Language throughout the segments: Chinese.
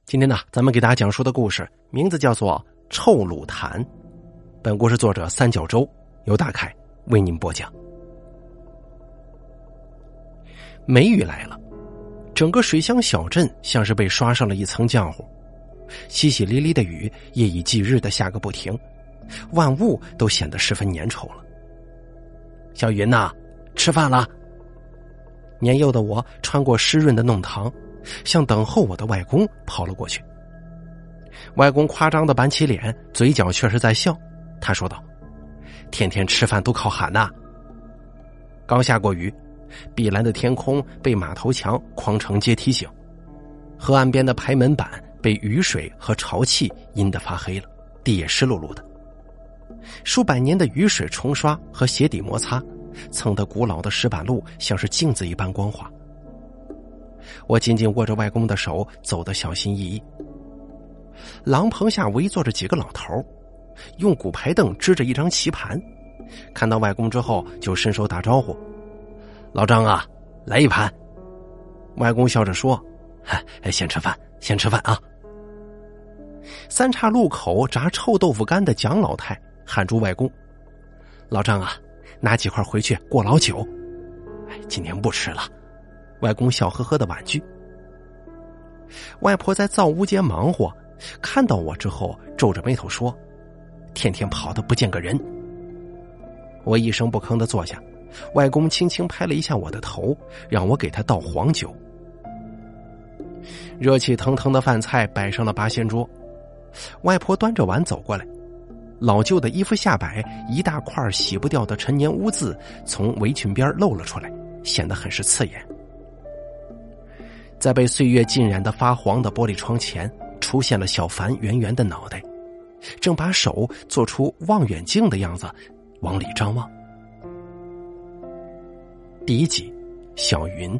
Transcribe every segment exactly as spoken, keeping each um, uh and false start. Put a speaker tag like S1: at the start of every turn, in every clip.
S1: 今天呢，咱们给大家讲述的故事名字叫做《臭卤坛》。本故事作者三角洲，由大凯为您播讲。梅雨来了，整个水乡小镇像是被刷上了一层浆糊，淅淅沥沥的雨夜以继日的下个不停，万物都显得十分粘稠了。小云呐，吃饭了。年幼的我穿过湿润的弄堂，向等候我的外公跑了过去。外公夸张的板起脸，嘴角却是在笑。他说道：天天吃饭都靠喊呐。刚下过雨，碧蓝的天空被马头墙框成阶梯形，河岸边的排门板被雨水和潮气阴得发黑了，地也湿漉漉的。数百年的雨水冲刷和鞋底摩擦，蹭得古老的石板路像是镜子一般光滑。我紧紧握着外公的手，走得小心翼翼。廊棚下围坐着几个老头，用骨牌凳支着一张棋盘，看到外公之后就伸手打招呼：老张啊，来一盘。外公笑着说：先吃饭先吃饭啊。三岔路口炸臭豆腐干的蒋老太喊住外公：老张啊，拿几块回去过老酒。今天不吃了。外公笑呵呵的婉拒。外婆在灶屋间忙活，看到我之后皱着眉头说：天天跑得不见个人。我一声不吭地坐下，外公轻轻拍了一下我的头，让我给他倒黄酒。热气腾腾的饭菜摆上了八仙桌，外婆端着碗走过来，老旧的衣服下摆，一大块洗不掉的陈年污渍从围裙边露了出来，显得很是刺眼。在被岁月浸染的发黄的玻璃窗前，出现了小凡圆圆的脑袋，正把手做出望远镜的样子往里张望。第一集，小云。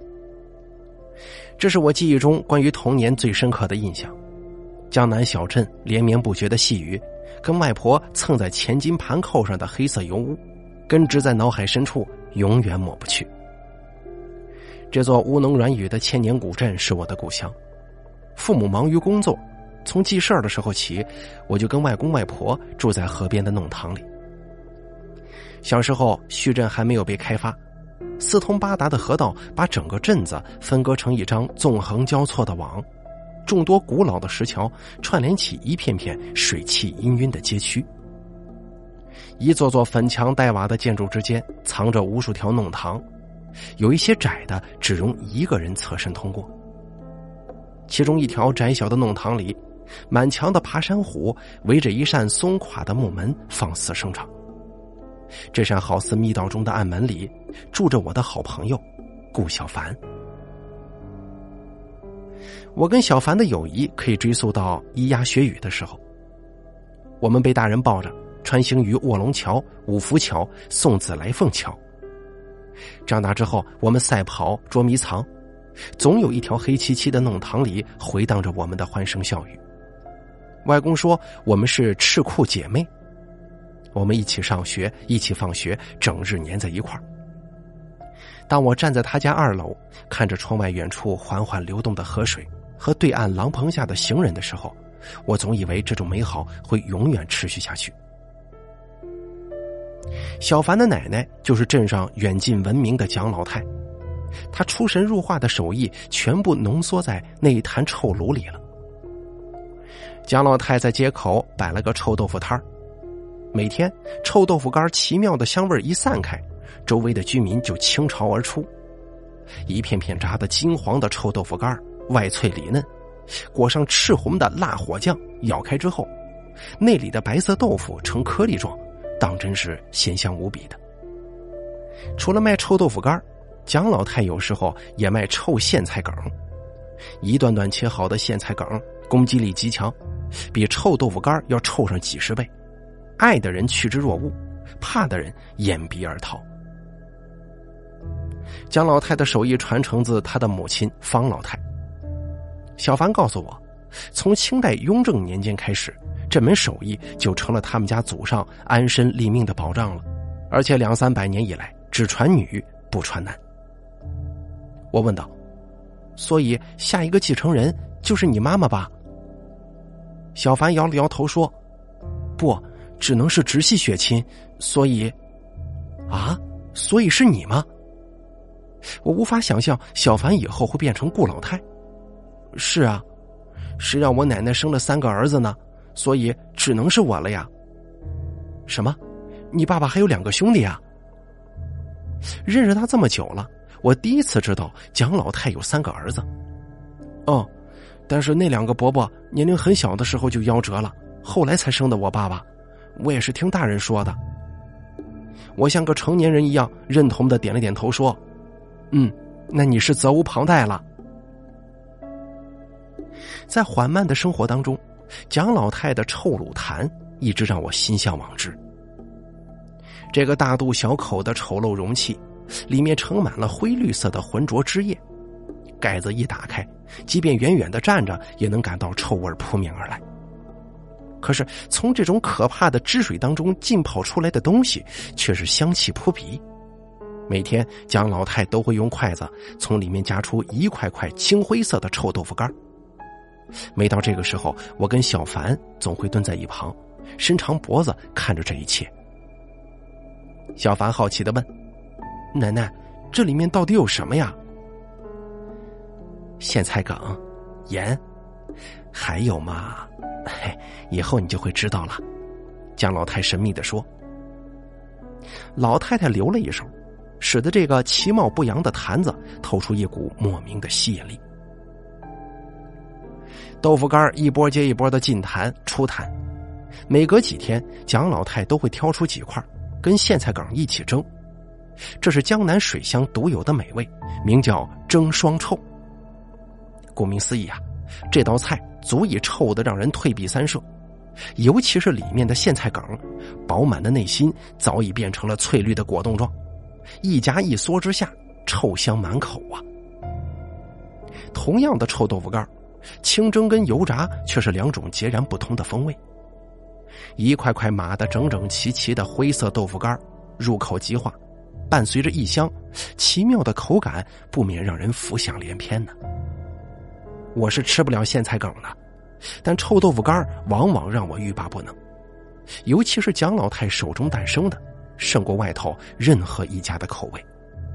S1: 这是我记忆中关于童年最深刻的印象。江南小镇连绵不绝的细雨，跟外婆蹭在前襟盘扣上的黑色油污，根植在脑海深处，永远抹不去。这座乌能软语的千年古镇是我的故乡。父母忙于工作，从记事儿的时候起，我就跟外公外婆住在河边的弄堂里。小时候墟镇还没有被开发，四通八达的河道把整个镇子分割成一张纵横交错的网，众多古老的石桥串联起一片片水汽氤氲的街区。一座座粉墙黛瓦的建筑之间藏着无数条弄堂，有一些窄的只容一个人侧身通过。其中一条窄小的弄堂里，满墙的爬山虎围着一扇松垮的木门放肆生长。这扇好似密道中的暗门里住着我的好朋友顾小凡。我跟小凡的友谊可以追溯到咿呀学语的时候，我们被大人抱着穿行于卧龙桥、五福桥、送子来凤桥。长大之后，我们赛跑、捉迷藏，总有一条黑漆漆的弄堂里回荡着我们的欢声笑语。外公说我们是赤裤姐妹，我们一起上学，一起放学，整日黏在一块儿。当我站在他家二楼，看着窗外远处缓缓流动的河水和对岸廊棚下的行人的时候，我总以为这种美好会永远持续下去。小凡的奶奶就是镇上远近闻名的蒋老太，她出神入化的手艺全部浓缩在那一坛臭卤里了。蒋老太在街口摆了个臭豆腐摊儿，每天臭豆腐干奇妙的香味一散开，周围的居民就倾巢而出。一片片炸得金黄的臭豆腐干，外脆里嫩，裹上赤红的辣火酱，咬开之后，内里的白色豆腐呈颗粒状，当真是鲜香无比的。除了卖臭豆腐干，蒋老太有时候也卖臭苋菜梗。一段段切好的苋菜梗攻击力极强，比臭豆腐干要臭上几十倍，爱的人趋之若鹜，怕的人掩鼻而逃。蒋老太的手艺传承自她的母亲方老太。小凡告诉我，从清代雍正年间开始，这门手艺就成了他们家祖上安身立命的保障了，而且两三百年以来只传女不传男。我问道：所以下一个继承人就是你妈妈吧？小凡摇了摇头说，不，只能是直系血亲，所以……啊，所以是你吗？我无法想象小凡以后会变成顾老太。是啊，谁让我奶奶生了三个儿子呢，所以只能是我了呀。什么？你爸爸还有两个兄弟啊？认识他这么久了，我第一次知道蒋老太有三个儿子。哦，但是那两个伯伯年龄很小的时候就夭折了，后来才生的我爸爸，我也是听大人说的。我像个成年人一样认同的点了点头说，嗯，那你是责无旁贷了。在缓慢的生活当中，蒋老太的臭卤坛一直让我心向往之。这个大肚小口的丑陋容器里面盛满了灰绿色的浑浊汁液，盖子一打开，即便远远的站着也能感到臭味扑面而来。可是从这种可怕的汁水当中浸泡出来的东西却是香气扑鼻。每天蒋老太都会用筷子从里面夹出一块块青灰色的臭豆腐干。每到这个时候，我跟小凡总会蹲在一旁，伸长脖子看着这一切。小凡好奇地问，奶奶，这里面到底有什么呀？苋菜梗、盐，还有嘛，嘿，以后你就会知道了。蒋老太神秘地说。老太太留了一手，使得这个其貌不扬的坛子透出一股莫名的吸引力。豆腐干一波接一波的进坛出坛，每隔几天蒋老太都会挑出几块跟苋菜梗一起蒸，这是江南水乡独有的美味，名叫蒸双臭。顾名思义啊，这道菜足以臭得让人退避三舍，尤其是里面的苋菜梗，饱满的内心早已变成了翠绿的果冻状，一夹一嗦之下，臭香满口啊。同样的臭豆腐干，清蒸跟油炸却是两种截然不同的风味。一块块码得整整齐齐的灰色豆腐干，入口即化，伴随着异香，奇妙的口感不免让人浮想联翩呢。我是吃不了苋菜梗的，但臭豆腐干往往让我欲罢不能，尤其是蒋老太手中诞生的，胜过外头任何一家的口味。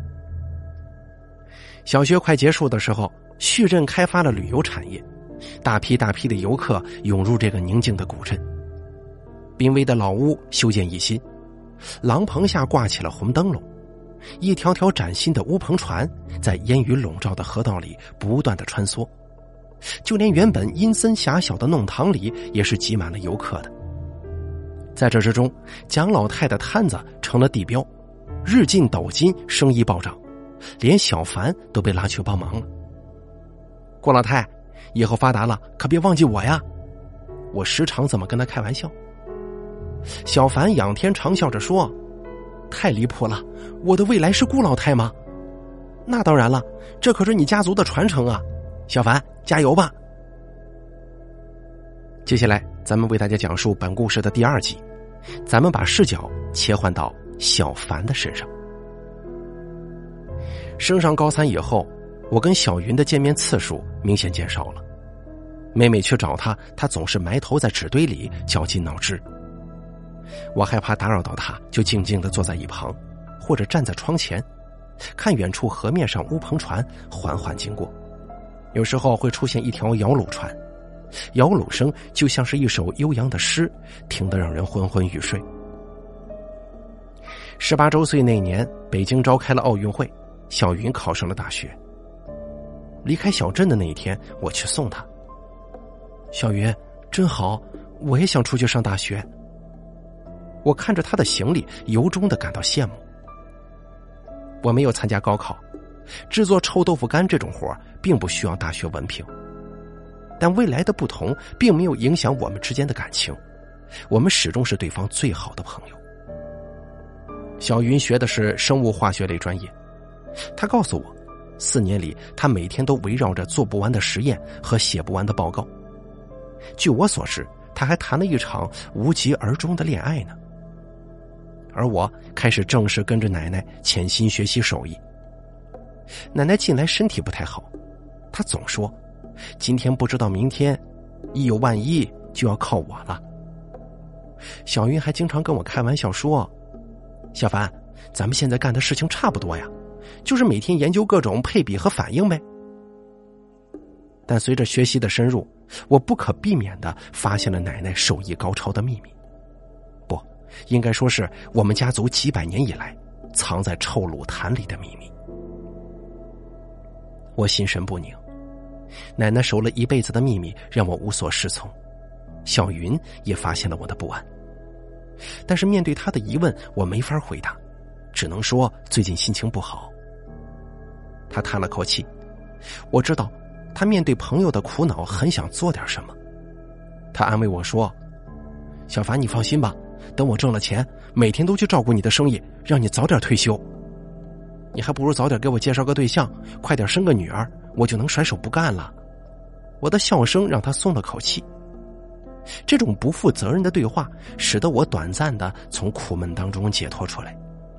S1: 小学快结束的时候，叙镇开发了旅游产业，大批大批的游客涌入这个宁静的古镇。濒危的老屋修建一新，廊棚下挂起了红灯笼，一条条崭新的乌篷船在烟雨笼罩的河道里不断的穿梭，就连原本阴森狭小的弄堂里也是挤满了游客的。在这之中，蒋老太的摊子成了地标，日进斗金，生意暴涨，连小凡都被拉去帮忙了。郭老太，以后发达了可别忘记我呀，我时常这么跟他开玩笑。小凡仰天长笑着说，太离谱了，我的未来是顾老太吗？那当然了，这可是你家族的传承啊，小凡加油吧。接下来咱们为大家讲述本故事的第二集，咱们把视角切换到小凡的身上。升上高三以后，我跟小云的见面次数明显减少了，每每去找他，他总是埋头在纸堆里绞尽脑汁。我害怕打扰到他，就静静地坐在一旁，或者站在窗前，看远处河面上乌篷船缓缓经过，有时候会出现一条摇橹船，摇橹声就像是一首悠扬的诗，听得让人昏昏欲睡。十八周岁那年，北京召开了奥运会，小云考上了大学。离开小镇的那一天，我去送她。小云，真好，我也想出去上大学。我看着她的行李，由衷地感到羡慕。我没有参加高考，制作臭豆腐干这种活并不需要大学文凭，但未来的不同并没有影响我们之间的感情，我们始终是对方最好的朋友。小云学的是生物化学类专业，她告诉我，四年里她每天都围绕着做不完的实验和写不完的报告。据我所知，她还谈了一场无疾而终的恋爱呢。而我开始正式跟着奶奶潜心学习手艺。奶奶近来身体不太好，她总说， 今天不知道明天，一有万一就要靠我了。小云还经常跟我开玩笑说，小凡，咱们现在干的事情差不多呀，就是每天研究各种配比和反应呗。但随着学习的深入，我不可避免地发现了奶奶手艺高超的秘密，不，应该说是我们家族几百年以来藏在臭卤坛里的秘密。我心神不宁，奶奶守了一辈子的秘密让我无所适从，小云也发现了我的不安，但是面对她的疑问，我没法回答，只能说最近心情不好。她叹了口气，我知道她面对朋友的苦恼很想做点什么。她安慰我说，小凡，你放心吧，等我挣了钱，每天都去照顾你的生意，让你早点退休。你还不如早点给我介绍个对象，快点生个女儿，我就能甩手不干了。我的笑声让她松了口气。这种不负责任的对话使得我短暂的从苦闷当中解脱出来。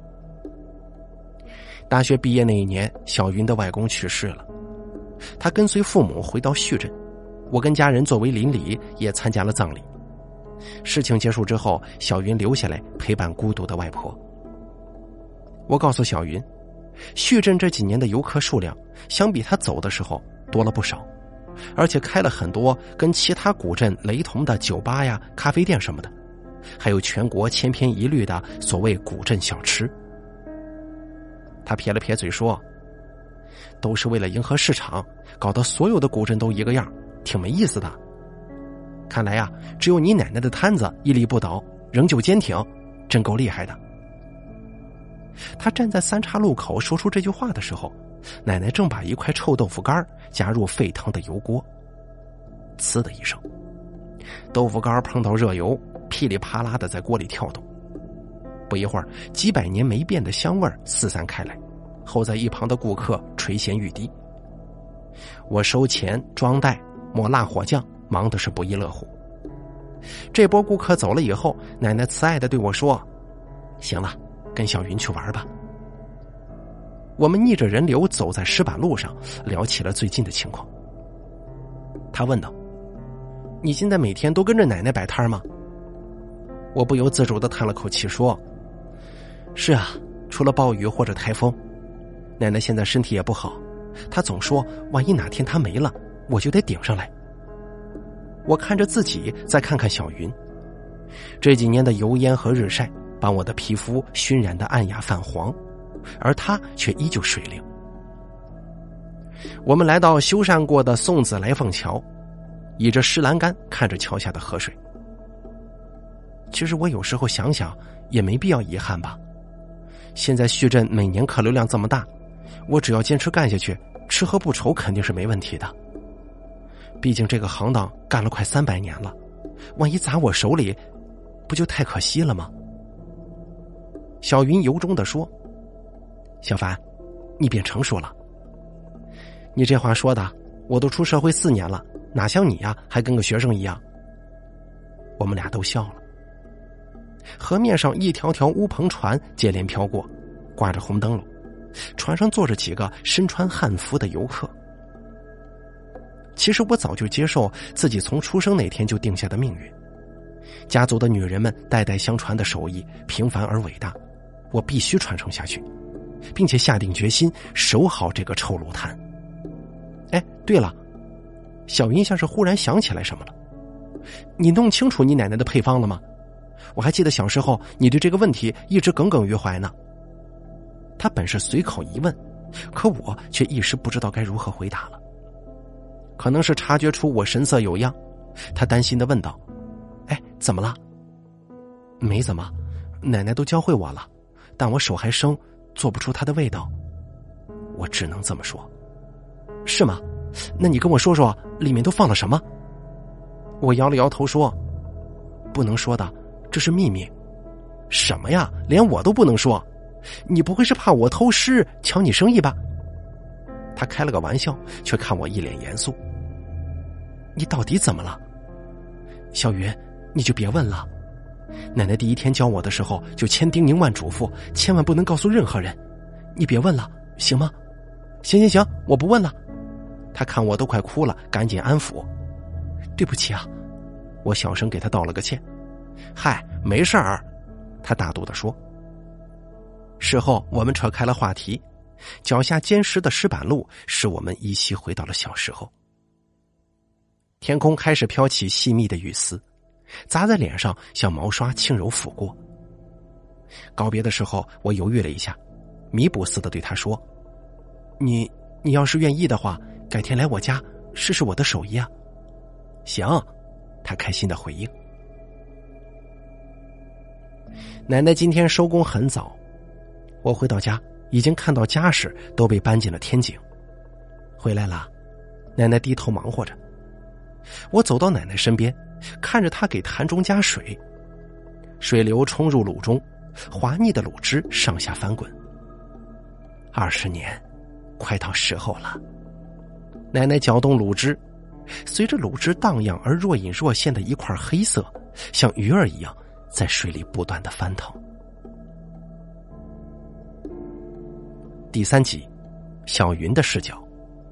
S1: 大学毕业那一年，小云的外公去世了，他跟随父母回到叙镇，我跟家人作为邻里也参加了葬礼。事情结束之后，小云留下来陪伴孤独的外婆。我告诉小云，叙镇这几年的游客数量相比他走的时候多了不少，而且开了很多跟其他古镇雷同的酒吧呀、咖啡店什么的，还有全国千篇一律的所谓古镇小吃。他撇了撇嘴说，都是为了迎合市场，搞得所有的古镇都一个样，挺没意思的。看来呀，只有你奶奶的摊子屹立不倒，仍旧坚挺，真够厉害的。他站在三岔路口说出这句话的时候，奶奶正把一块臭豆腐干加入沸腾的油锅，呲的一声，豆腐干碰到热油，噼里啪啦的在锅里跳动。不一会儿，几百年没变的香味四散开来，候在一旁的顾客垂涎欲滴。我收钱、装袋、抹辣火酱，忙的是不亦乐乎。这波顾客走了以后，奶奶慈爱地对我说，行了，跟小云去玩吧。我们逆着人流走在石板路上，聊起了最近的情况。他问道，你现在每天都跟着奶奶摆摊吗？我不由自主地叹了口气说，是啊，除了暴雨或者台风，奶奶现在身体也不好，她总说万一哪天她没了，我就得顶上来。我看着自己，再看看小云，这几年的油烟和日晒把我的皮肤熏染得暗哑泛黄，而她却依旧水灵。我们来到修缮过的宋子来凤桥，倚着石栏杆看着桥下的河水。其实我有时候想想也没必要遗憾吧，现在叙镇每年客流量这么大，我只要坚持干下去，吃喝不愁肯定是没问题的。毕竟这个行当干了快三百年了，万一砸我手里，不就太可惜了吗？小云由衷地说，小凡，你变成熟了。你这话说的，我都出社会四年了，哪像你呀，还跟个学生一样。我们俩都笑了。河面上一条条乌篷船接连飘过，挂着红灯笼，船上坐着几个身穿汉服的游客。其实我早就接受自己从出生那天就定下的命运，家族的女人们代代相传的手艺平凡而伟大，我必须传承下去，并且下定决心守好这个臭卤坛。哎，对了，小云像是忽然想起来什么了，你弄清楚你奶奶的配方了吗？我还记得小时候你对这个问题一直耿耿于怀呢。他本是随口一问，可我却一时不知道该如何回答了。可能是察觉出我神色有恙，他担心地问道，哎，怎么了？没怎么，奶奶都教会我了，但我手还生，做不出它的味道。我只能这么说。是吗？那你跟我说说里面都放了什么？我摇了摇头说，不能说的，这是秘密。什么呀，连我都不能说？你不会是怕我偷师抢你生意吧？他开了个玩笑，却看我一脸严肃。你到底怎么了？小云，你就别问了。奶奶第一天教我的时候就千叮咛万嘱咐，千万不能告诉任何人。你别问了，行吗？行行行，我不问了。 他看我都快哭了，赶紧安抚：“对不起啊。”我小声给他道了个歉。“嗨，没事儿。”他大度地说。事后我们扯开了话题，脚下坚实的石板路使我们依稀回到了小时候。天空开始飘起细密的雨丝，砸在脸上像毛刷轻柔拂过。告别的时候，我犹豫了一下，弥补似的对他说：“你你要是愿意的话，改天来我家试试我的手艺啊。”“行。”他开心的回应。奶奶今天收工很早，我回到家已经看到家事都被搬进了天井。“回来了。”奶奶低头忙活着。我走到奶奶身边，看着她给坛中加水，水流冲入卤中，滑腻的卤汁上下翻滚。二十年，快到时候了。奶奶搅动卤汁，随着卤汁荡漾而若隐若现的一块黑色，像鱼儿一样在水里不断的翻腾。第三集，小云的视角。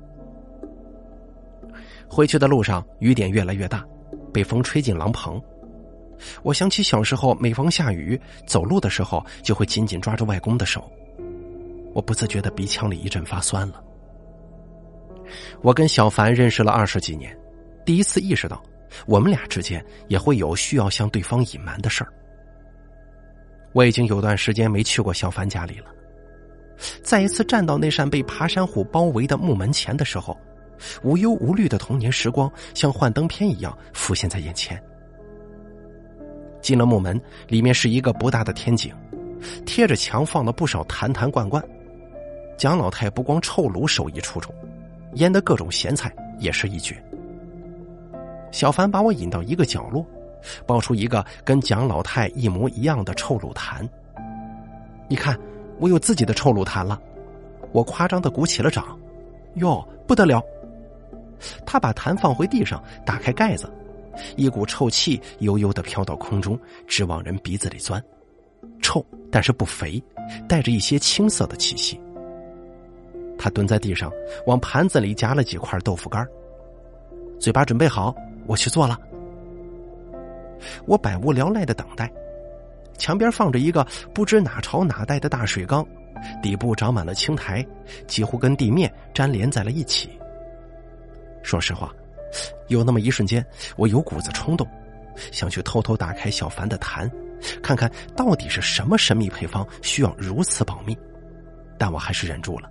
S1: 回去的路上，雨点越来越大，被风吹进廊棚。我想起小时候每逢下雨，走路的时候就会紧紧抓着外公的手，我不自觉的鼻腔里一阵发酸了。我跟小凡认识了二十几年，第一次意识到我们俩之间也会有需要向对方隐瞒的事儿。我已经有段时间没去过小凡家里了。再一次站到那扇被爬山虎包围的木门前的时候，无忧无虑的童年时光像幻灯片一样浮现在眼前。进了木门，里面是一个不大的天井，贴着墙放了不少坛坛罐罐。蒋老太不光臭卤手艺出众，腌的各种咸菜也是一绝。小凡把我引到一个角落，抱出一个跟蒋老太一模一样的臭卤坛。“你看，我有自己的臭卤坛了。”我夸张地鼓起了掌。“哟，不得了！”他把坛放回地上，打开盖子，一股臭气悠悠地飘到空中，直往人鼻子里钻。臭，但是不肥，带着一些青色的气息。他蹲在地上，往盘子里夹了几块豆腐干。“嘴巴准备好，我去做了。”我百无聊赖地等待。墙边放着一个不知哪朝哪代的大水缸，底部长满了青苔，几乎跟地面粘连在了一起。说实话，有那么一瞬间，我有股子冲动，想去偷偷打开小凡的坛，看看到底是什么神秘配方需要如此保密，但我还是忍住了。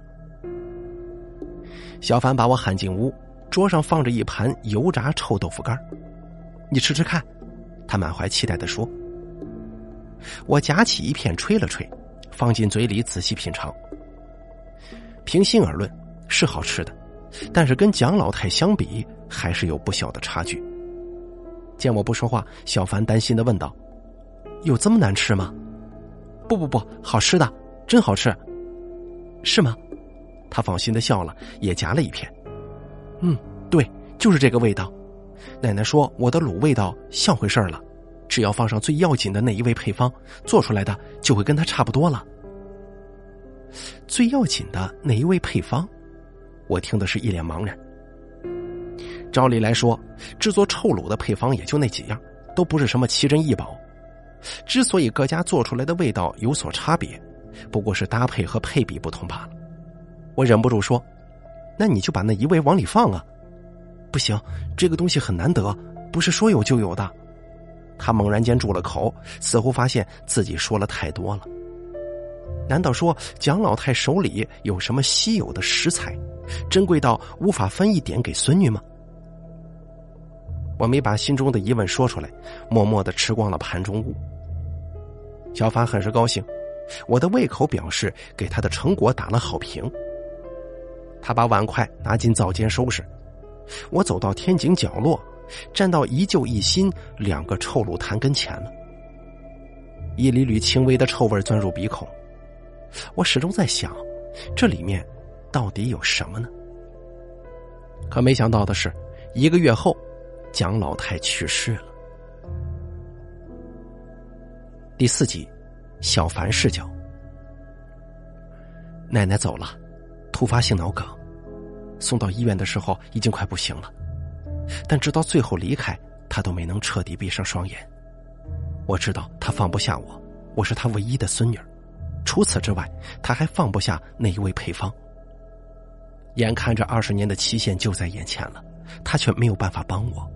S1: 小凡把我喊进屋，桌上放着一盘油炸臭豆腐干。“你吃吃看。”他满怀期待地说。我夹起一片吹了吹，放进嘴里仔细品尝。平心而论，是好吃的，但是跟蒋老太相比，还是有不小的差距。见我不说话，小凡担心地问道：“有这么难吃吗？”“不不不，好吃的，真好吃。”“是吗？”他放心地笑了，也夹了一片。“嗯，对，就是这个味道。奶奶说我的卤味道像回事了，只要放上最要紧的那一味配方，做出来的就会跟它差不多了。”最要紧的那一味配方？我听的是一脸茫然。照理来说，制作臭卤的配方也就那几样，都不是什么奇珍异宝。之所以各家做出来的味道有所差别，不过是搭配和配比不同罢了。我忍不住说：“那你就把那一味往里放啊。”“不行，这个东西很难得，不是说有就有的。”他猛然间住了口，似乎发现自己说了太多了。难道说蒋老太手里有什么稀有的食材，珍贵到无法分一点给孙女吗？我没把心中的疑问说出来，默默地吃光了盘中物。小凡很是高兴，我的胃口表示给他的成果打了好评。他把碗筷拿进灶间收拾，我走到天井角落，站到一旧一新两个臭卤坛跟前了。一缕缕轻微的臭味钻入鼻孔，我始终在想，这里面到底有什么呢？可没想到的是，一个月后，蒋老太去世了。第四集，小凡视角。奶奶走了，突发性脑梗， 送到医院的时候已经快不行了，但直到最后离开，他都没能彻底闭上双眼。我知道他放不下我，我是他唯一的孙女儿，除此之外，他还放不下那一位配方。眼看着二十年的期限就在眼前了，他却没有办法帮我。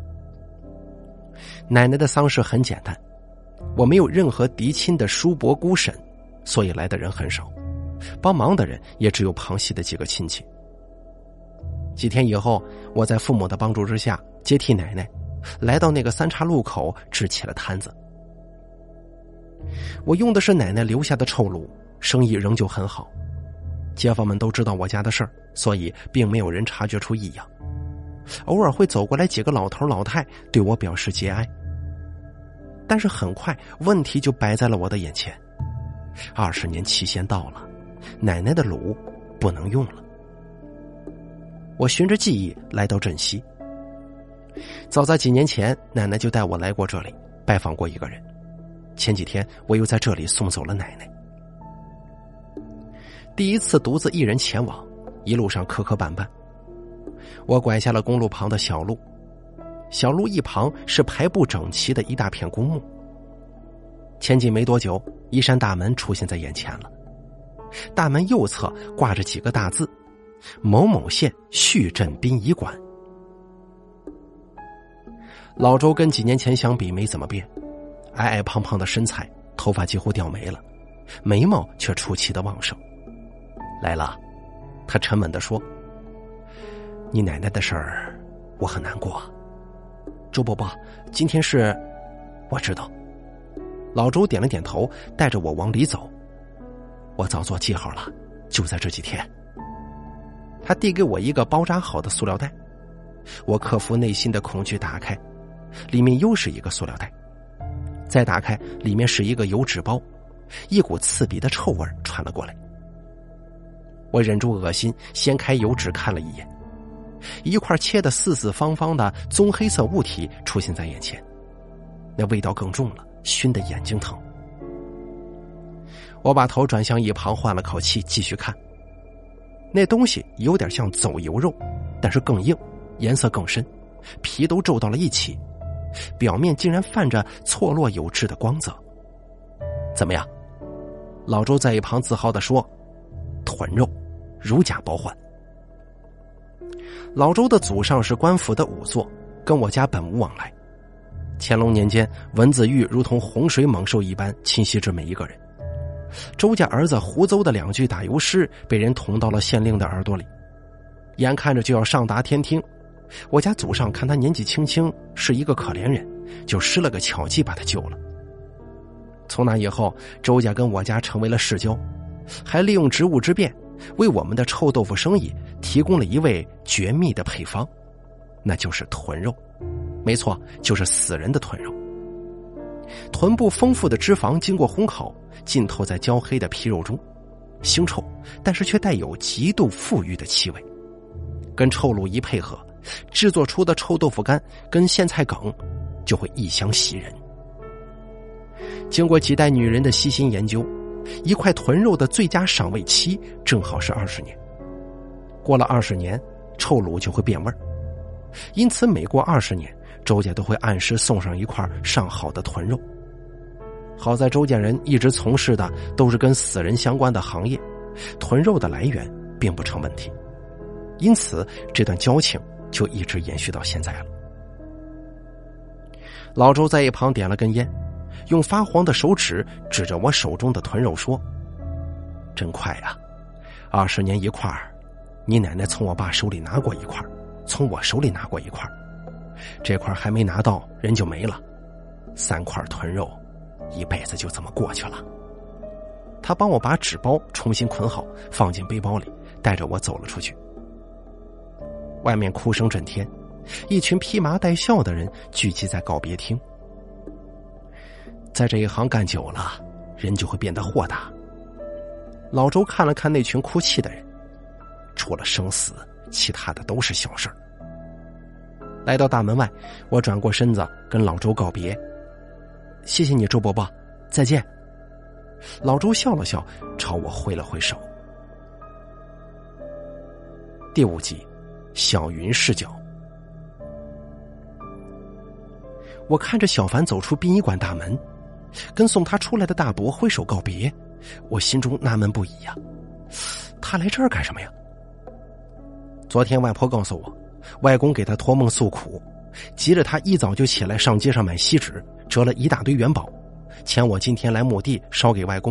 S1: 奶奶的丧事很简单，我没有任何嫡亲的叔伯姑婶，所以来的人很少，帮忙的人也只有旁系的几个亲戚。几天以后，我在父母的帮助之下接替奶奶，来到那个三岔路口支起了摊子。我用的是奶奶留下的臭卤，生意仍旧很好。街坊们都知道我家的事儿，所以并没有人察觉出异样。偶尔会走过来几个老头老太对我表示节哀。但是很快问题就摆在了我的眼前，二十年期限到了，奶奶的卤不能用了。我循着记忆来到镇西，早在几年前，奶奶就带我来过这里拜访过一个人，前几天我又在这里送走了奶奶。第一次独自一人前往，一路上磕磕绊绊，我拐下了公路旁的小路，小路一旁是排布整齐的一大片公墓。前进没多久，一扇大门出现在眼前了，大门右侧挂着几个大字：某某县叙镇殡仪馆。老周跟几年前相比没怎么变，矮矮胖胖的身材，头发几乎掉没了，眉毛却出奇的旺盛。来了，他沉稳地说，你奶奶的事儿我很难过。周伯伯，今天是……我知道。老周点了点头，带着我往里走。我早做记号了，就在这几天。他递给我一个包扎好的塑料袋，我克服内心的恐惧打开，里面又是一个塑料袋，再打开，里面是一个油纸包，一股刺鼻的臭味传了过来。我忍住恶心，掀开油纸看了一眼，一块切得四四方方的棕黑色物体出现在眼前，那味道更重了，熏得眼睛疼。我把头转向一旁，换了口气继续看。那东西有点像走油肉，但是更硬，颜色更深，皮都皱到了一起，表面竟然泛着错落有致的光泽。怎么样？老周在一旁自豪地说，豚肉，如假包换。老周的祖上是官府的仵作，跟我家本无往来。乾隆年间，文字狱如同洪水猛兽一般侵袭着每一个人。周家儿子胡诌的两句打油诗被人捅到了县令的耳朵里，眼看着就要上达天听，我家祖上看他年纪轻轻是一个可怜人，就施了个巧计把他救了。从那以后，周家跟我家成为了世交，还利用职务之便为我们的臭豆腐生意提供了一味绝密的配方，那就是豚肉。没错，就是死人的豚肉。臀部丰富的脂肪经过烘烤，浸透在焦黑的皮肉中，腥臭，但是却带有极度馥郁的气味。跟臭卤一配合，制作出的臭豆腐干跟苋菜梗就会异香袭人。经过几代女人的悉心研究，一块豚肉的最佳赏味期正好是二十年。过了二十年，臭卤就会变味儿。因此每过二十年，周家都会按时送上一块上好的豚肉。好在周家人一直从事的都是跟死人相关的行业，豚肉的来源并不成问题，因此这段交情就一直延续到现在了。老周在一旁点了根烟，用发黄的手指指着我手中的豚肉说，真快啊，二十年一块，你奶奶从我爸手里拿过一块，从我手里拿过一块，这块还没拿到人就没了，三块豚肉一辈子就这么过去了。他帮我把纸包重新捆好，放进背包里，带着我走了出去。外面哭声震天，一群披麻戴孝的人聚集在告别厅。在这一行干久了，人就会变得豁达。老周看了看那群哭泣的人，除了生死，其他的都是小事儿。来到大门外，我转过身子跟老周告别，谢谢你周伯伯，再见。老周笑了笑，朝我挥了挥手。 第五集，小云视角。我看着小凡走出殡仪馆大门，跟送他出来的大伯挥手告别，我心中纳闷不已呀、啊，他来这儿干什么呀？昨天外婆告诉我，外公给他托梦诉苦，急着他一早就起来上街上买锡纸，折了一大堆元宝，钱我今天来墓地烧给外公。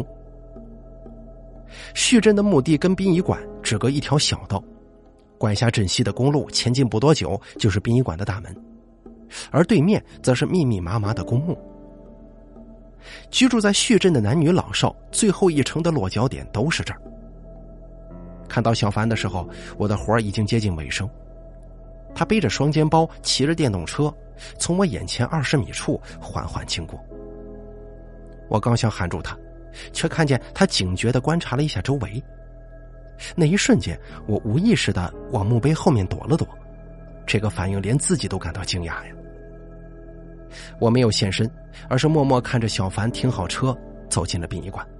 S1: 叙镇的墓地跟殡仪馆只隔一条小道，管辖镇西的公路前进不多久就是殡仪馆的大门，而对面则是密密麻麻的公墓。居住在叙镇的男女老少最后一程的落脚点都是这儿。看到小凡的时候，我的活儿已经接近尾声。他背着双肩包，骑着电动车，从我眼前二十米处缓缓经过。我刚想喊住他，却看见他警觉地观察了一下周围。那一瞬间，我无意识地往墓碑后面躲了躲，这个反应连自己都感到惊讶呀。我没有现身，而是默默看着小凡停好车，走进了殡仪馆。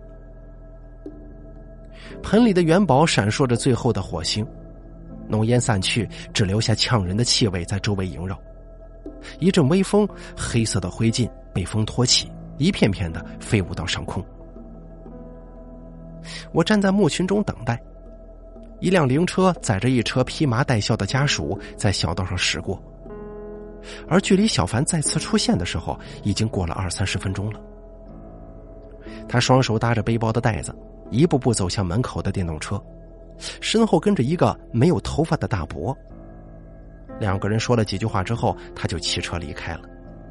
S1: 盆里的元宝闪烁着最后的火星，浓烟散去，只留下呛人的气味在周围萦绕。一阵微风，黑色的灰烬被风托起，一片片的飞舞到上空。我站在墓群中等待，一辆灵车载着一车披麻戴孝的家属在小道上驶过，而距离小凡再次出现的时候，已经过了二三十分钟了。他双手搭着背包的袋子，一步步走向门口的电动车，身后跟着一个没有头发的大伯。两个人说了几句话之后，他就骑车离开了。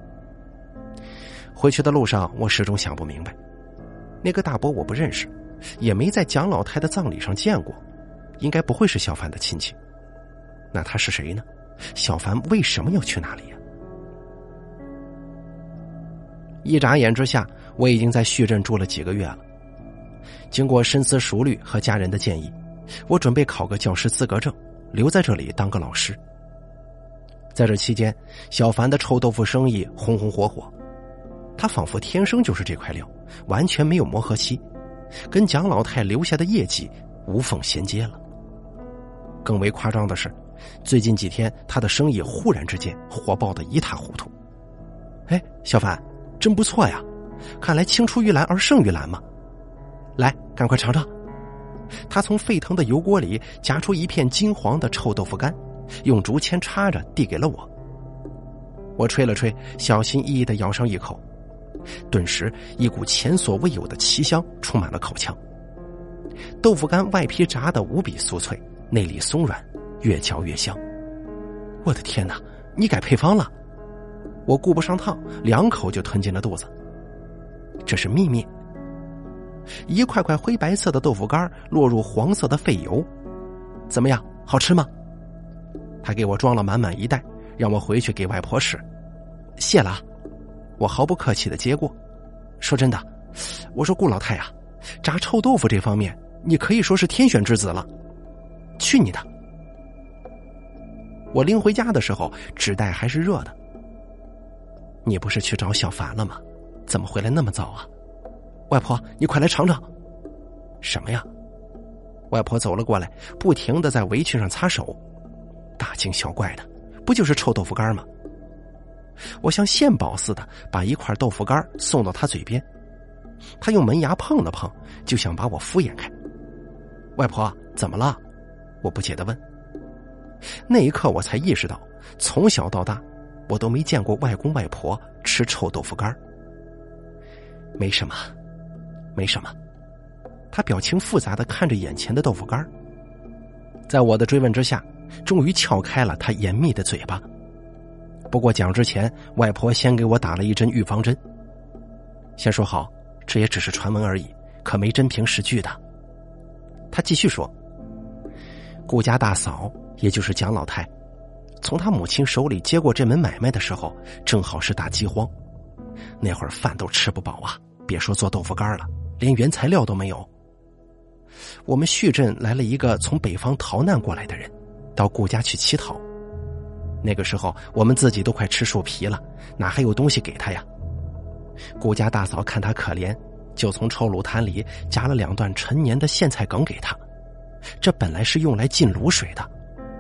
S1: 回去的路上，我始终想不明白，那个大伯我不认识，也没在蒋老太的葬礼上见过，应该不会是小凡的亲戚。那他是谁呢？小凡为什么要去那里呀？一眨眼之下，我已经在叙镇住了几个月了。经过深思熟虑和家人的建议，我准备考个教师资格证，留在这里当个老师。在这期间，小凡的臭豆腐生意红红火火，他仿佛天生就是这块料，完全没有磨合期，跟蒋老太留下的业绩无缝衔接了。更为夸张的是，最近几天他的生意忽然之间火爆得一塌糊涂。哎，小凡真不错呀，看来青出于蓝而胜于蓝嘛。来，赶快尝尝。他从沸腾的油锅里夹出一片金黄的臭豆腐干，用竹签插着递给了我。我吹了吹，小心翼翼地咬上一口，顿时一股前所未有的奇香充满了口腔。豆腐干外皮炸得无比酥脆，内里松软，越嚼越香。我的天哪，你改配方了！我顾不上烫，两口就吞进了肚子。这是秘密。一块块灰白色的豆腐干落入黄色的废油，怎么样，好吃吗？他给我装了满满一袋，让我回去给外婆吃。谢了，我毫不客气地接过。说真的，我说顾老太啊，炸臭豆腐这方面你可以说是天选之子了。去你的！我拎回家的时候，纸袋还是热的。你不是去找小凡了吗？怎么回来那么早啊？外婆，你快来尝尝。什么呀？外婆走了过来，不停地在围裙上擦手，大惊小怪的，不就是臭豆腐干吗？我像献宝似的把一块豆腐干送到她嘴边，她用门牙碰了碰，就想把我敷衍开。外婆，怎么了？我不解地问。那一刻我才意识到，从小到大我都没见过外公外婆吃臭豆腐干。没什么没什么，他表情复杂地看着眼前的豆腐干，在我的追问之下，终于撬开了他严密的嘴巴。不过讲之前，外婆先给我打了一针预防针。先说好，这也只是传闻而已，可没真凭实据的。他继续说，顾家大嫂，也就是蒋老太，从他母亲手里接过这门买卖的时候，正好是大饥荒，那会儿饭都吃不饱啊，别说做豆腐干了，连原材料都没有。我们叙镇来了一个从北方逃难过来的人，到顾家去乞讨。那个时候我们自己都快吃树皮了，哪还有东西给他呀？顾家大嫂看他可怜，就从臭卤坛里夹了两段陈年的苋菜梗给他，这本来是用来浸卤水的，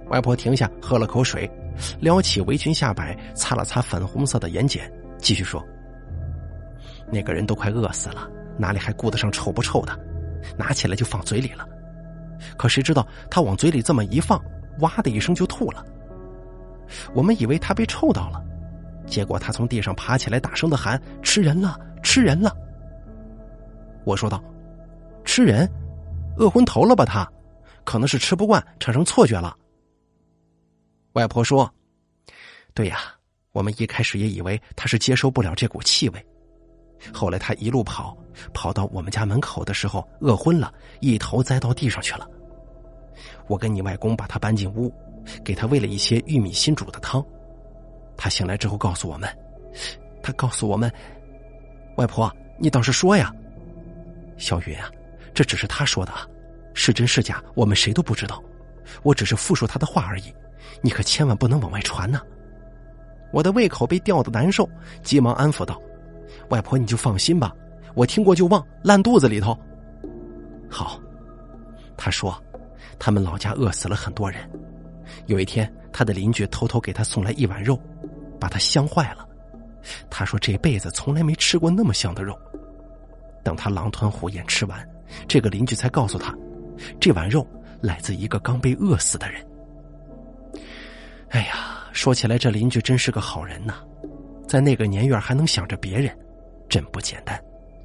S1: 外婆停下，喝了口水，撩起围裙下摆，擦了擦粉红色的眼睑，继续说：那个人都快饿死了，哪里还顾得上臭不臭的，拿起来就放嘴里了。可谁知道他往嘴里这么一放，哇的一声就吐了。我们以为他被臭到了，结果他从地上爬起来，大声地喊：吃人了，吃人了。我说道：吃人？饿昏头了吧他？可能是吃不惯，产生错觉了。外婆说：对呀，我们一开始也以为他是接受不了这股气味，后来他一路跑，跑到我们家门口的时候饿昏了，一头栽到地上去了。我跟你外公把他搬进屋，给他喂了一些玉米新煮的汤。他醒来之后告诉我们，他告诉我们，外婆，你倒是说呀。小云啊，这只是他说的啊，是真是假我们谁都不知道，我只是复述他的话而已，你可千万不能往外传呢。我的胃口被吊得难受，急忙安抚道：外婆你就放心吧，我听过就忘，烂肚子里头。好，他说他们老家饿死了很多人，有一天他的邻居偷偷给他送来一碗肉，把他香坏了。他说这辈子从来没吃过那么香的肉。等他狼吞虎咽吃完，这个邻居才告诉他，这碗肉来自一个刚被饿死的人。哎呀，说起来这邻居真是个好人呐，在那个年月还能想着别人，真不简单。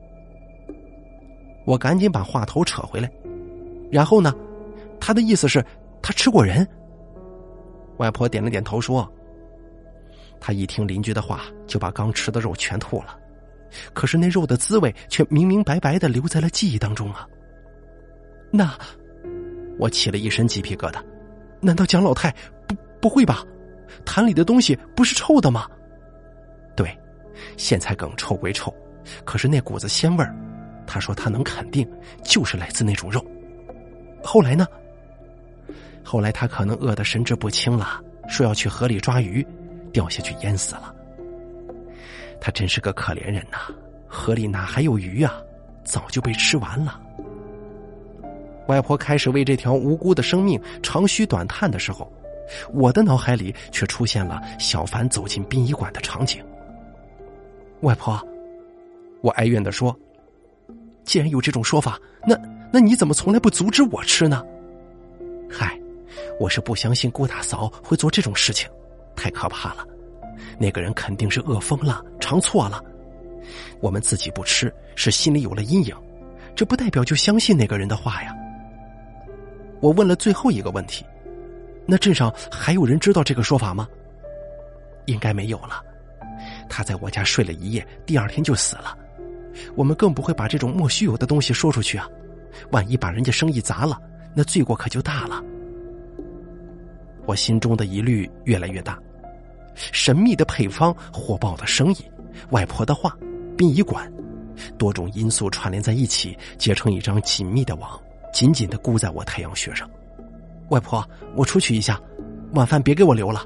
S1: 我赶紧把话头扯回来，然后呢，他的意思是他吃过人。外婆点了点头说，他一听邻居的话，就把刚吃的肉全吐了，可是那肉的滋味却明明白白地留在了记忆当中啊。那我起了一身鸡皮疙瘩，难道蒋老太不不会吧？坛里的东西不是臭的吗？对，现在梗臭归臭，可是那股子鲜味儿，他说他能肯定就是来自那种肉。后来呢？后来他可能饿得神志不清了，说要去河里抓鱼，掉下去淹死了。他真是个可怜人呐，河里哪还有鱼啊，早就被吃完了。外婆开始为这条无辜的生命长吁短叹的时候，我的脑海里却出现了小凡走进殡仪馆的场景。外婆，我哀怨地说，既然有这种说法，那那你怎么从来不阻止我吃呢？嗨，我是不相信顾大嫂会做这种事情，太可怕了。那个人肯定是饿疯了，尝错了。我们自己不吃，是心里有了阴影，这不代表就相信那个人的话呀。我问了最后一个问题，那镇上还有人知道这个说法吗？应该没有了。他在我家睡了一夜，第二天就死了。我们更不会把这种莫须有的东西说出去啊，万一把人家生意砸了，那罪过可就大了。我心中的疑虑越来越大，神秘的配方，火爆的生意，外婆的话，殡仪馆，多种因素串联在一起，结成一张紧密的网，紧紧地箍在我太阳穴上。外婆，我出去一下，晚饭别给我留了。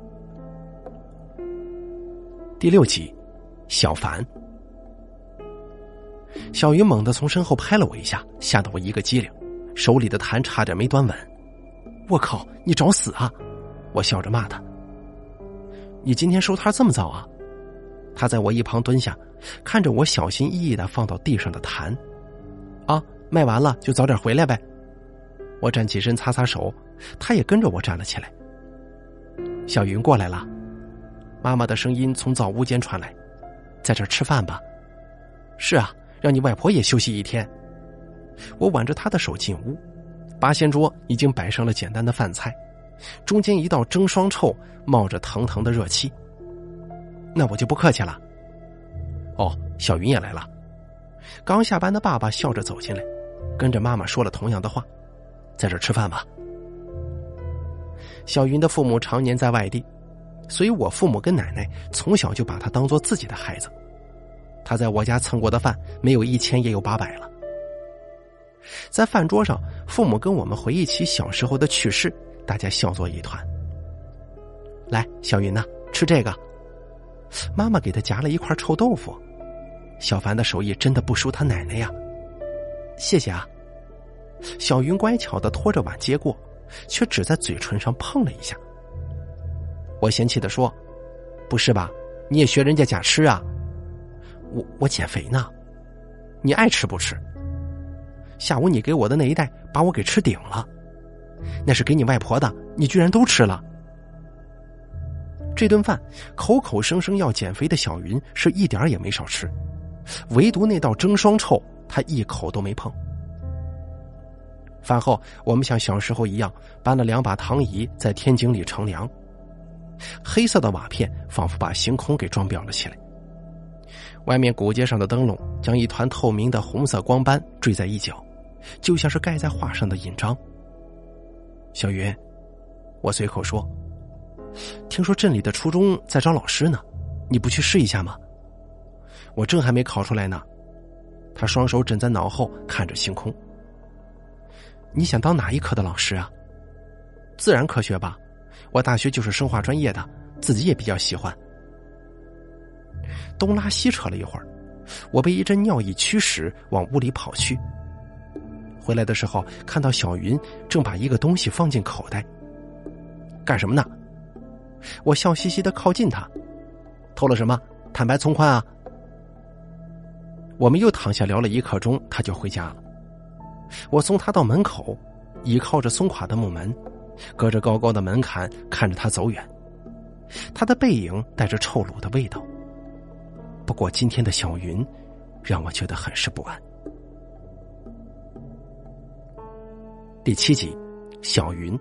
S1: 第六集，小凡。小云猛地从身后拍了我一下，吓得我一个机灵，手里的坛差点没端稳。我靠，你找死啊！我笑着骂他。你今天收摊这么早啊？他在我一旁蹲下，看着我小心翼翼地放到地上的坛。啊，卖完了就早点回来呗。我站起身擦擦手，他也跟着我站了起来。小云过来了。妈妈的声音从灶屋间传来，在这儿吃饭吧。是啊，让你外婆也休息一天。我挽着她的手进屋，八仙桌已经摆上了简单的饭菜，中间一道蒸双臭冒着腾腾的热气。那我就不客气了。哦，小云也来了。刚下班的爸爸笑着走进来，跟着妈妈说了同样的话，在这儿吃饭吧。小云的父母常年在外地，所以我父母跟奶奶从小就把她当作自己的孩子。她在我家蹭过的饭没有一千也有八百了。在饭桌上，父母跟我们回忆起小时候的趣事，大家笑作一团。来，小云呐，吃这个。妈妈给她夹了一块臭豆腐。小凡的手艺真的不输他奶奶呀。谢谢啊。小云乖巧地拖着碗接过， 却只在嘴唇上碰了一下。我嫌弃地说：“不是吧，你也学人家假吃啊？我我减肥呢，你爱吃不吃？下午你给我的那一袋把我给吃顶了，那是给你外婆的，你居然都吃了。”这顿饭口口声声要减肥的小云是一点也没少吃，唯独那道蒸双臭她一口都没碰。饭后我们像小时候一样搬了两把躺椅在天井里乘凉，黑色的瓦片仿佛把星空给装裱了起来，外面古街上的灯笼将一团透明的红色光斑坠在一角，就像是盖在画上的印章。小云，我随口说，听说镇里的初中在招老师呢，你不去试一下吗？我证还没考出来呢。他双手枕在脑后看着星空。你想当哪一科的老师啊？自然科学吧，我大学就是生化专业的，自己也比较喜欢。东拉西扯了一会儿，我被一阵尿意驱使往屋里跑去。回来的时候看到小云正把一个东西放进口袋。干什么呢？我笑嘻嘻地靠近他。偷了什么？坦白从宽啊。我们又躺下聊了一刻钟，他就回家了。我送他到门口，倚靠着松垮的木门，隔着高高的门槛看着他走远。他的背影带着臭卤的味道。不过今天的小云让我觉得很是不安。第七集，小云。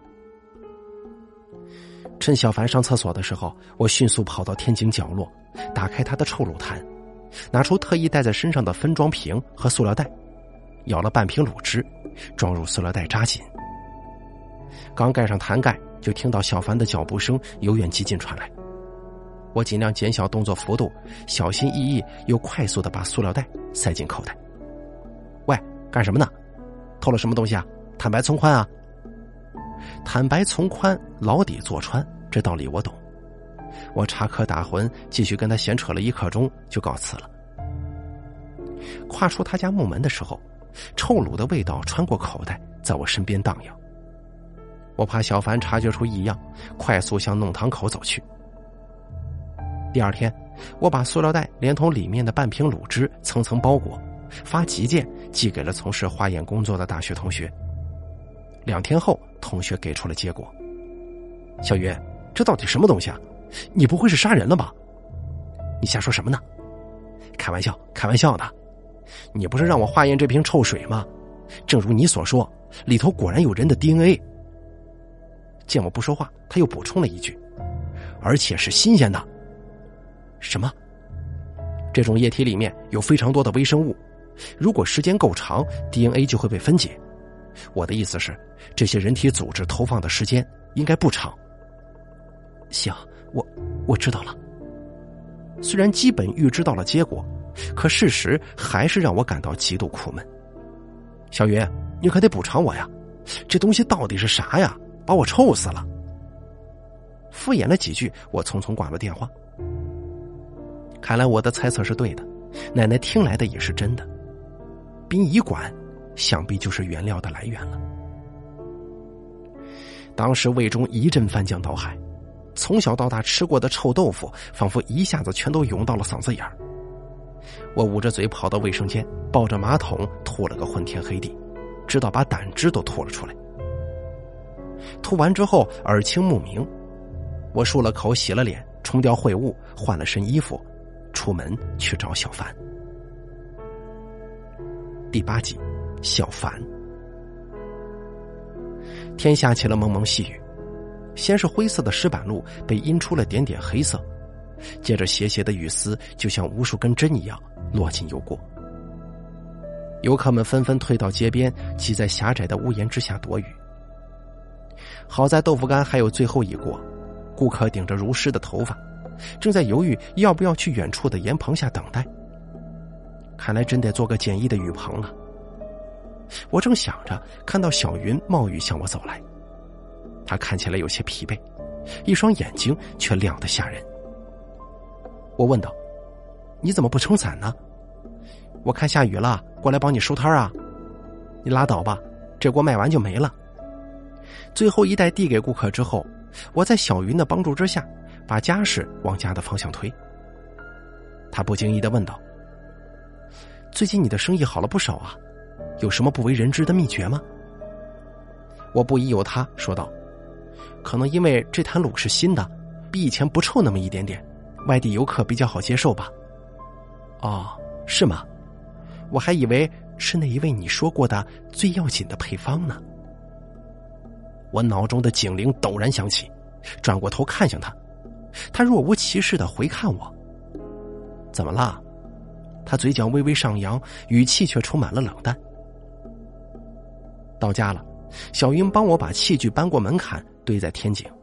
S1: 趁小凡上厕所的时候，我迅速跑到天井角落，打开他的臭卤坛，拿出特意带在身上的分装瓶和塑料袋，舀了半瓶卤汁，装入塑料袋扎紧。刚盖上坛盖，就听到小凡的脚步声由远及近传来。我尽量减小动作幅度，小心翼翼又快速地把塑料袋塞进口袋。喂，干什么呢？偷了什么东西啊？坦白从宽啊。坦白从宽，牢底坐穿，这道理我懂。我插科打诨，继续跟他闲扯了一刻钟，就告辞了。跨出他家木门的时候，臭卤的味道穿过口袋，在我身边荡漾。我怕小凡察觉出异样，快速向弄堂口走去。第二天，我把塑料袋连同里面的半瓶卤汁层层包裹，发急件寄给了从事化验工作的大学同学。两天后，同学给出了结果。小云，这到底什么东西啊？你不会是杀人了吧？你瞎说什么呢？开玩笑，开玩笑的。你不是让我化验这瓶臭水吗？正如你所说，里头果然有人的 D N A。 见我不说话，他又补充了一句，而且是新鲜的。什么？这种液体里面有非常多的微生物，如果时间够长， D N A 就会被分解。我的意思是，这些人体组织投放的时间应该不长。行，我我知道了。虽然基本预知到了结果，可事实还是让我感到极度苦闷。小云，你可得补偿我呀，这东西到底是啥呀？把我臭死了。敷衍了几句，我匆匆挂了电话。看来我的猜测是对的，奶奶听来的也是真的。殡仪馆想必就是原料的来源了。当时胃中一阵翻江倒海，从小到大吃过的臭豆腐仿佛一下子全都涌到了嗓子眼儿。我捂着嘴跑到卫生间，抱着马桶吐了个昏天黑地，直到把胆汁都吐了出来。吐完之后耳清目明，我漱了口，洗了脸，冲掉秽物，换了身衣服，出门去找小凡。第八集，小凡。天下起了蒙蒙细雨，先是灰色的石板路被阴出了点点黑色，接着斜斜的雨丝就像无数根针一样落进油锅。游客们纷纷退到街边，挤在狭窄的屋檐之下躲雨。好在豆腐干还有最后一锅，顾客顶着如湿的头发，正在犹豫要不要去远处的檐棚下等待。看来真得做个简易的雨棚了。我正想着，看到小云冒雨向我走来，她看起来有些疲惫，一双眼睛却亮得吓人。我问道：你怎么不撑伞呢？我看下雨了，过来帮你收摊啊。你拉倒吧，这锅卖完就没了。 最后一袋递给顾客之后，我在小云的帮助之下，把家事往家的方向推。他不经意地问道：最近你的生意好了不少啊，有什么不为人知的秘诀吗？我不疑有他，说道：可能因为这坛卤是新的，比以前不臭那么一点点，外地游客比较好接受吧。哦，是吗？我还以为是那一位你说过的最要紧的配方呢。我脑中的警铃陡然响起，转过头看向他，他若无其事地回看我。怎么了？他嘴角微微上扬，语气却充满了冷淡。到家了，小云帮我把器具搬过门槛，堆在天井。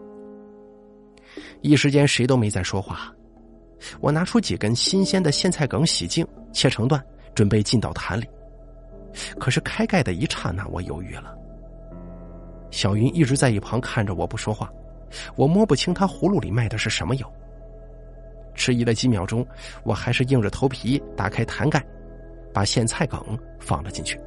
S1: 一时间谁都没再说话。我拿出几根新鲜的苋菜梗，洗净切成段，准备进到坛里。可是开盖的一刹那，我犹豫了。小云一直在一旁看着我不说话，我摸不清他葫芦里卖的是什么油。迟疑了几秒钟，我还是硬着头皮打开坛盖，把苋菜梗放了进去。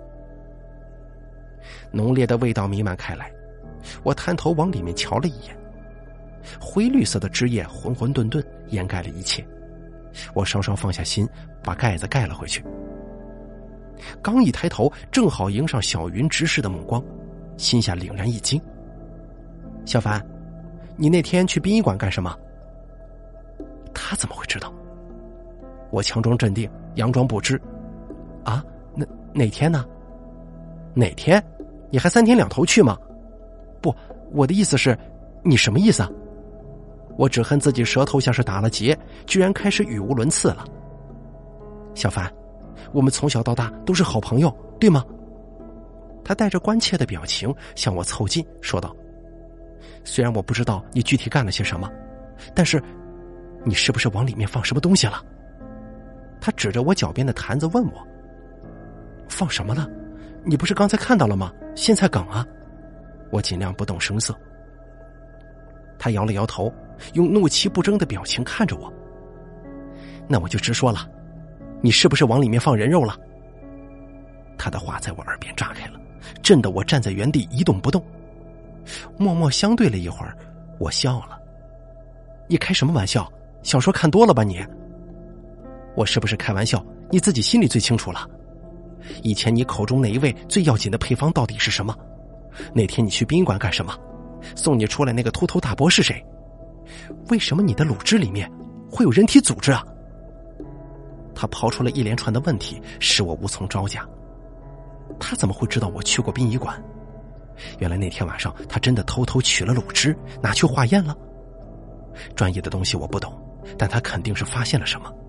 S1: 浓烈的味道弥漫开来，我探头往里面瞧了一眼，灰绿色的汁液浑浑沌沌掩盖了一切。我稍稍放下心，把盖子盖了回去。刚一抬头，正好迎上小云直视的目光，心下凛然一惊。小凡，你那天去殡仪馆干什么？他怎么会知道？我强装镇定，佯装不知。啊，哪哪天呢？哪天？你还三天两头去吗？不，我的意思是，你什么意思啊？我只恨自己舌头像是打了结，居然开始语无伦次了。小凡，我们从小到大都是好朋友，对吗？他带着关切的表情向我凑近，说道：虽然我不知道你具体干了些什么，但是你是不是往里面放什么东西了？他指着我脚边的坛子问我：放什么了？你不是刚才看到了吗？苋菜梗啊！我尽量不动声色。他摇了摇头，用怒其不争的表情看着我。那我就直说了，你是不是往里面放人肉了？他的话在我耳边炸开了，震得我站在原地一动不动。默默相对了一会儿，我笑了。你开什么玩笑？小说看多了吧你？我是不是开玩笑，你自己心里最清楚了。以前你口中那一位最要紧的配方到底是什么？那天你去殡仪馆干什么？送你出来那个秃头大伯是谁？为什么你的卤汁里面会有人体组织啊？他抛出了一连串的问题，使我无从招架。他怎么会知道我去过殡仪馆？原来那天晚上他真的偷偷取了卤汁，拿去化验了。专业的东西我不懂，但他肯定是发现了什么。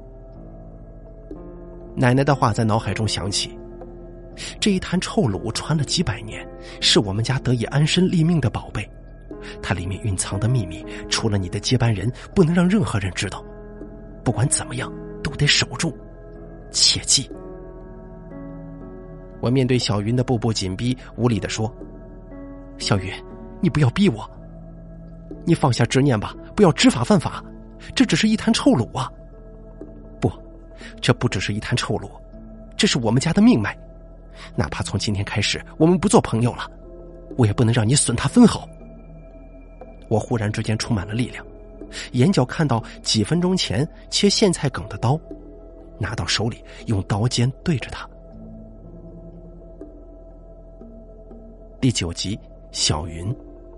S1: 奶奶的话在脑海中响起，这一坛臭卤传了几百年，是我们家得以安身立命的宝贝，它里面蕴藏的秘密，除了你的接班人，不能让任何人知道。不管怎么样，都得守住，切记。我面对小云的步步紧逼，无力地说：小云，你不要逼我，你放下执念吧，不要知法犯法，这只是一坛臭卤啊。不，这不只是一坛臭卤，这是我们家的命脉，哪怕从今天开始我们不做朋友了，我也不能让你损它分毫。我忽然之间充满了力量，眼角看到几分钟前切苋菜梗的刀，拿到手里，用刀尖对着它。第九集，小云。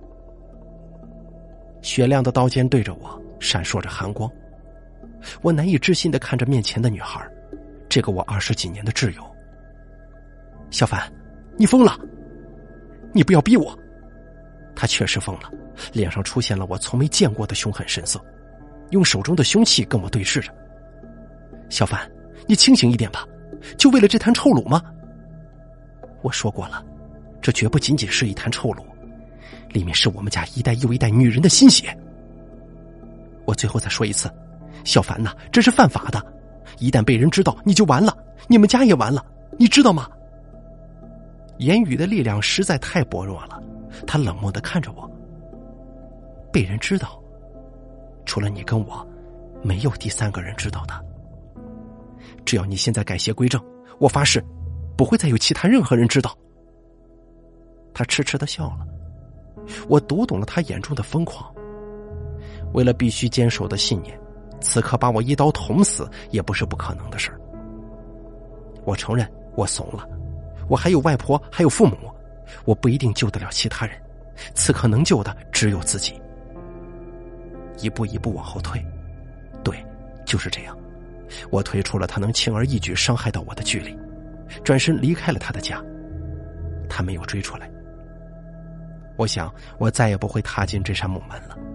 S1: 雪亮的刀尖对着我，闪烁着寒光。我难以置信地看着面前的女孩，这个我二十几年的挚友。小凡，你疯了！你不要逼我！他确实疯了，脸上出现了我从没见过的凶狠神色，用手中的凶器跟我对视着。小凡，你清醒一点吧，就为了这坛臭卤吗？我说过了，这绝不仅仅是一坛臭卤，里面是我们家一代又一代女人的心血。我最后再说一次，小凡呐，这是犯法的，一旦被人知道你就完了，你们家也完了，你知道吗？言语的力量实在太薄弱了，他冷漠地看着我。被人知道，除了你跟我，没有第三个人知道的。只要你现在改邪归正，我发誓不会再有其他任何人知道。他痴痴地笑了， 我读懂了他眼中的疯狂。为了必须坚守的信念，此刻把我一刀捅死也不是不可能的事儿。我承认我怂了，我还有外婆，还有父母，我不一定救得了其他人，此刻能救的只有自己。一步一步往后退，对，就是这样，我退出了他能轻而易举伤害到我的距离，转身离开了他的家。他没有追出来，我想我再也不会踏进这扇木门了。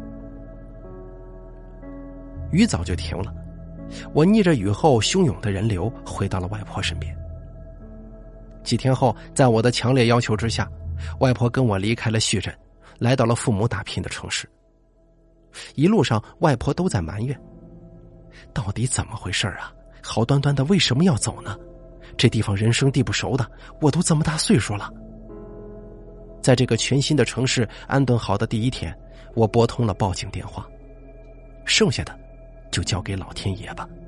S1: 雨早就停了，我逆着雨后汹涌的人流回到了外婆身边。几天后，在我的强烈要求之下，外婆跟我离开了叙镇，来到了父母打拼的城市。一路上外婆都在埋怨，到底怎么回事啊？好端端的为什么要走呢？这地方人生地不熟的，我都这么大岁数了。在这个全新的城市安顿好的第一天，我拨通了报警电话，剩下的就交给老天爷吧。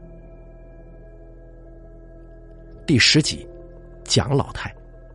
S1: 第十集，蒋老太。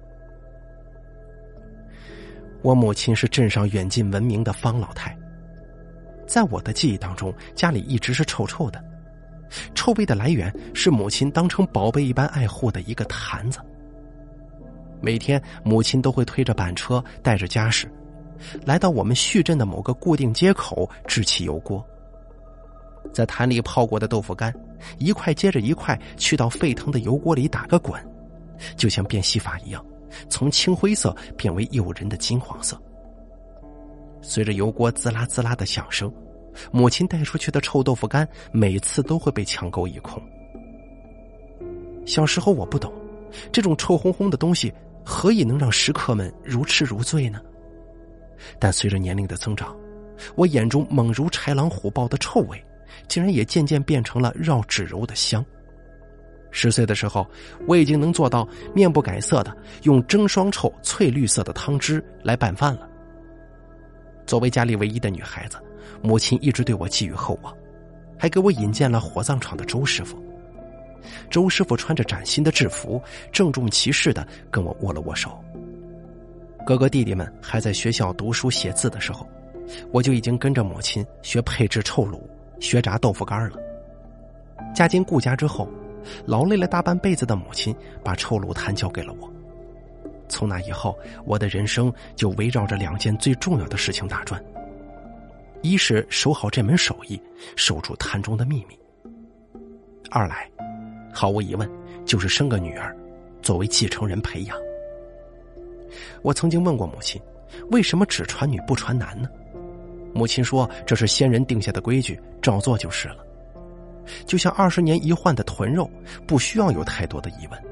S1: 我母亲是镇上远近闻名的方老太，在我的记忆当中，家里一直是臭臭的，臭味的来源是母亲当成宝贝一般爱护的一个坛子。每天母亲都会推着板车，带着家什，来到我们叙镇的某个固定街口支起油锅，在坛里泡过的豆腐干一块接着一块去到沸腾的油锅里打个滚，就像变戏法一样，从青灰色变为诱人的金黄色。随着油锅滋啦滋啦的响声，母亲带出去的臭豆腐干每次都会被抢购一空。小时候我不懂，这种臭烘烘的东西何以能让食客们如痴如醉呢？但随着年龄的增长，我眼中猛如豺狼虎豹的臭味竟然也渐渐变成了绕指柔的香。十岁的时候，我已经能做到面不改色的用蒸双臭翠绿色的汤汁来拌饭了。作为家里唯一的女孩子，母亲一直对我寄予厚望，还给我引荐了火葬场的周师傅。周师傅穿着崭新的制服，郑重其事地跟我握了握手。哥哥弟弟们还在学校读书写字的时候，我就已经跟着母亲学配制臭卤，学炸豆腐干了。嫁进顾家之后，劳累了大半辈子的母亲把臭卤坛交给了我。从那以后，我的人生就围绕着两件最重要的事情打转，一是守好这门手艺，守住坛中的秘密；二来，毫无疑问，就是生个女儿，作为继承人培养。我曾经问过母亲，为什么只传女不传男呢？母亲说，这是先人定下的规矩，照做就是了。就像二十年一换的臀肉，不需要有太多的疑问。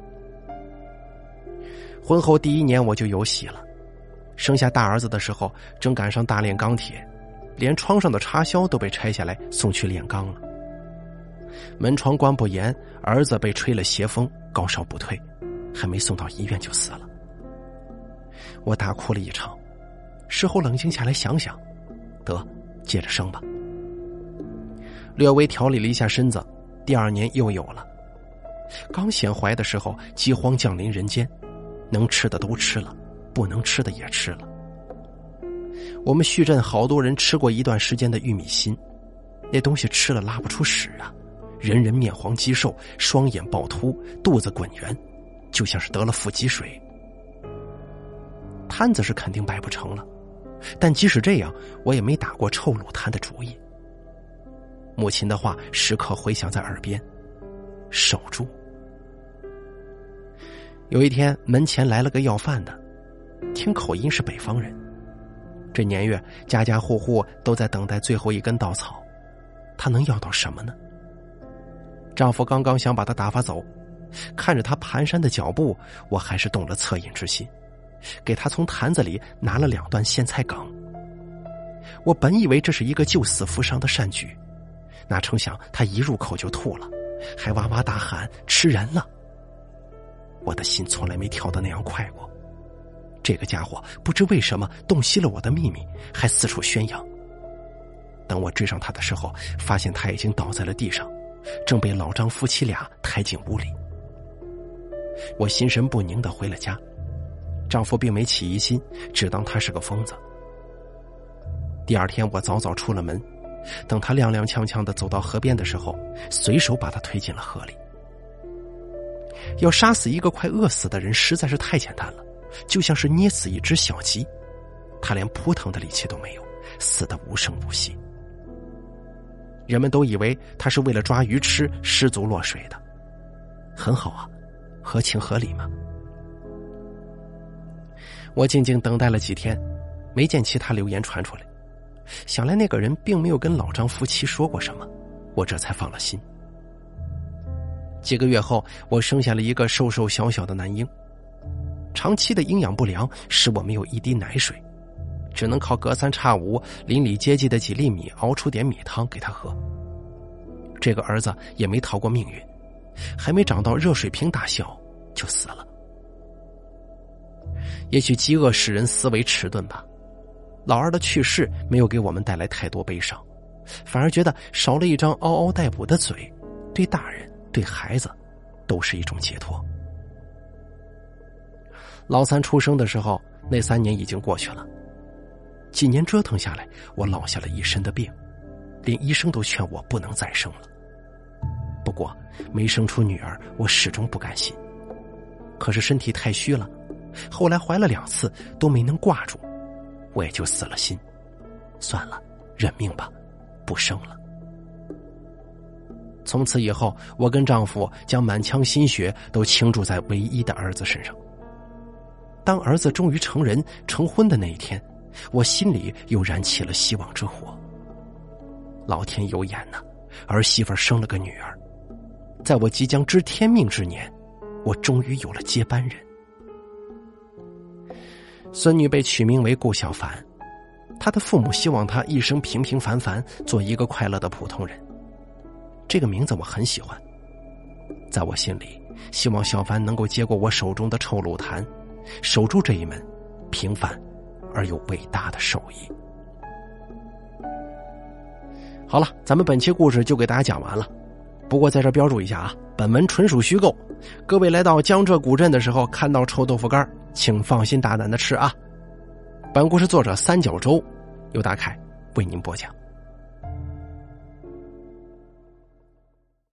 S1: 婚后第一年我就有喜了，生下大儿子的时候正赶上大炼钢铁，连窗上的插销都被拆下来送去炼钢了。门窗关不严，儿子被吹了邪风，高烧不退，还没送到医院就死了。我大哭了一场，事后冷静下来想想，得接着生吧。略微调理了一下身子，第二年又有了。刚显怀的时候，饥荒降临人间，能吃的都吃了，不能吃的也吃了。我们叙镇好多人吃过一段时间的玉米芯，那东西吃了拉不出屎啊，人人面黄肌瘦，双眼暴突，肚子滚圆，就像是得了腹积水。摊子是肯定摆不成了，但即使这样，我也没打过臭卤摊的主意。母亲的话时刻回响在耳边，守住。有一天，门前来了个要饭的，听口音是北方人。这年月，家家户户都在等待最后一根稻草，他能要到什么呢？丈夫刚刚想把他打发走，看着他蹒跚的脚步，我还是动了恻隐之心，给他从坛子里拿了两段苋菜梗。我本以为这是一个救死扶伤的善举，哪成想他一入口就吐了，还哇哇大喊吃人了。我的心从来没跳得那样快过，这个家伙不知为什么洞悉了我的秘密，还四处宣扬。等我追上他的时候，发现他已经倒在了地上，正被老张夫妻俩抬进屋里。我心神不宁地回了家，丈夫并没起疑心，只当他是个疯子， 第二天我早早出了门，等他踉踉跄跄地走到河边的时候，随手把他推进了河里。要杀死一个快饿死的人实在是太简单了，就像是捏死一只小鸡，他连扑腾的力气都没有，死得无声无息。人们都以为他是为了抓鱼吃失足落水的，很好啊，合情合理嘛。我静静等待了几天，没见其他流言传出来，想来那个人并没有跟老张夫妻说过什么，我这才放了心。几个月后，我生下了一个瘦瘦小小的男婴，长期的营养不良使我没有一滴奶水，只能靠隔三差五邻里接济的几粒米熬出点米汤给他喝。这个儿子也没逃过命运，还没长到热水瓶大小就死了。也许饥饿使人思维迟钝吧，老二的去世没有给我们带来太多悲伤，反而觉得少了一张嗷嗷待哺的嘴，对大人对孩子都是一种解脱。老三出生的时候，那三年已经过去了，几年折腾下来，我落下了一身的病，连医生都劝我不能再生了。不过没生出女儿，我始终不甘心，可是身体太虚了，后来怀了两次都没能挂住，我也就死了心，算了，认命吧，不生了。从此以后，我跟丈夫将满腔心血都倾注在唯一的儿子身上。当儿子终于成人成婚的那一天，我心里又燃起了希望之火。老天有眼呐，儿媳妇生了个女儿，在我即将知天命之年，我终于有了接班人。孙女被取名为顾小凡，她的父母希望她一生平平凡凡，做一个快乐的普通人。这个名字我很喜欢，在我心里，希望小凡能够接过我手中的臭卤坛，守住这一门平凡而又伟大的手艺。好了，咱们本期故事就给大家讲完了。不过在这标注一下啊，本文纯属虚构，各位来到江浙古镇的时候看到臭豆腐干，请放心大胆的吃啊。本故事作者三角洲由大凯为您播讲。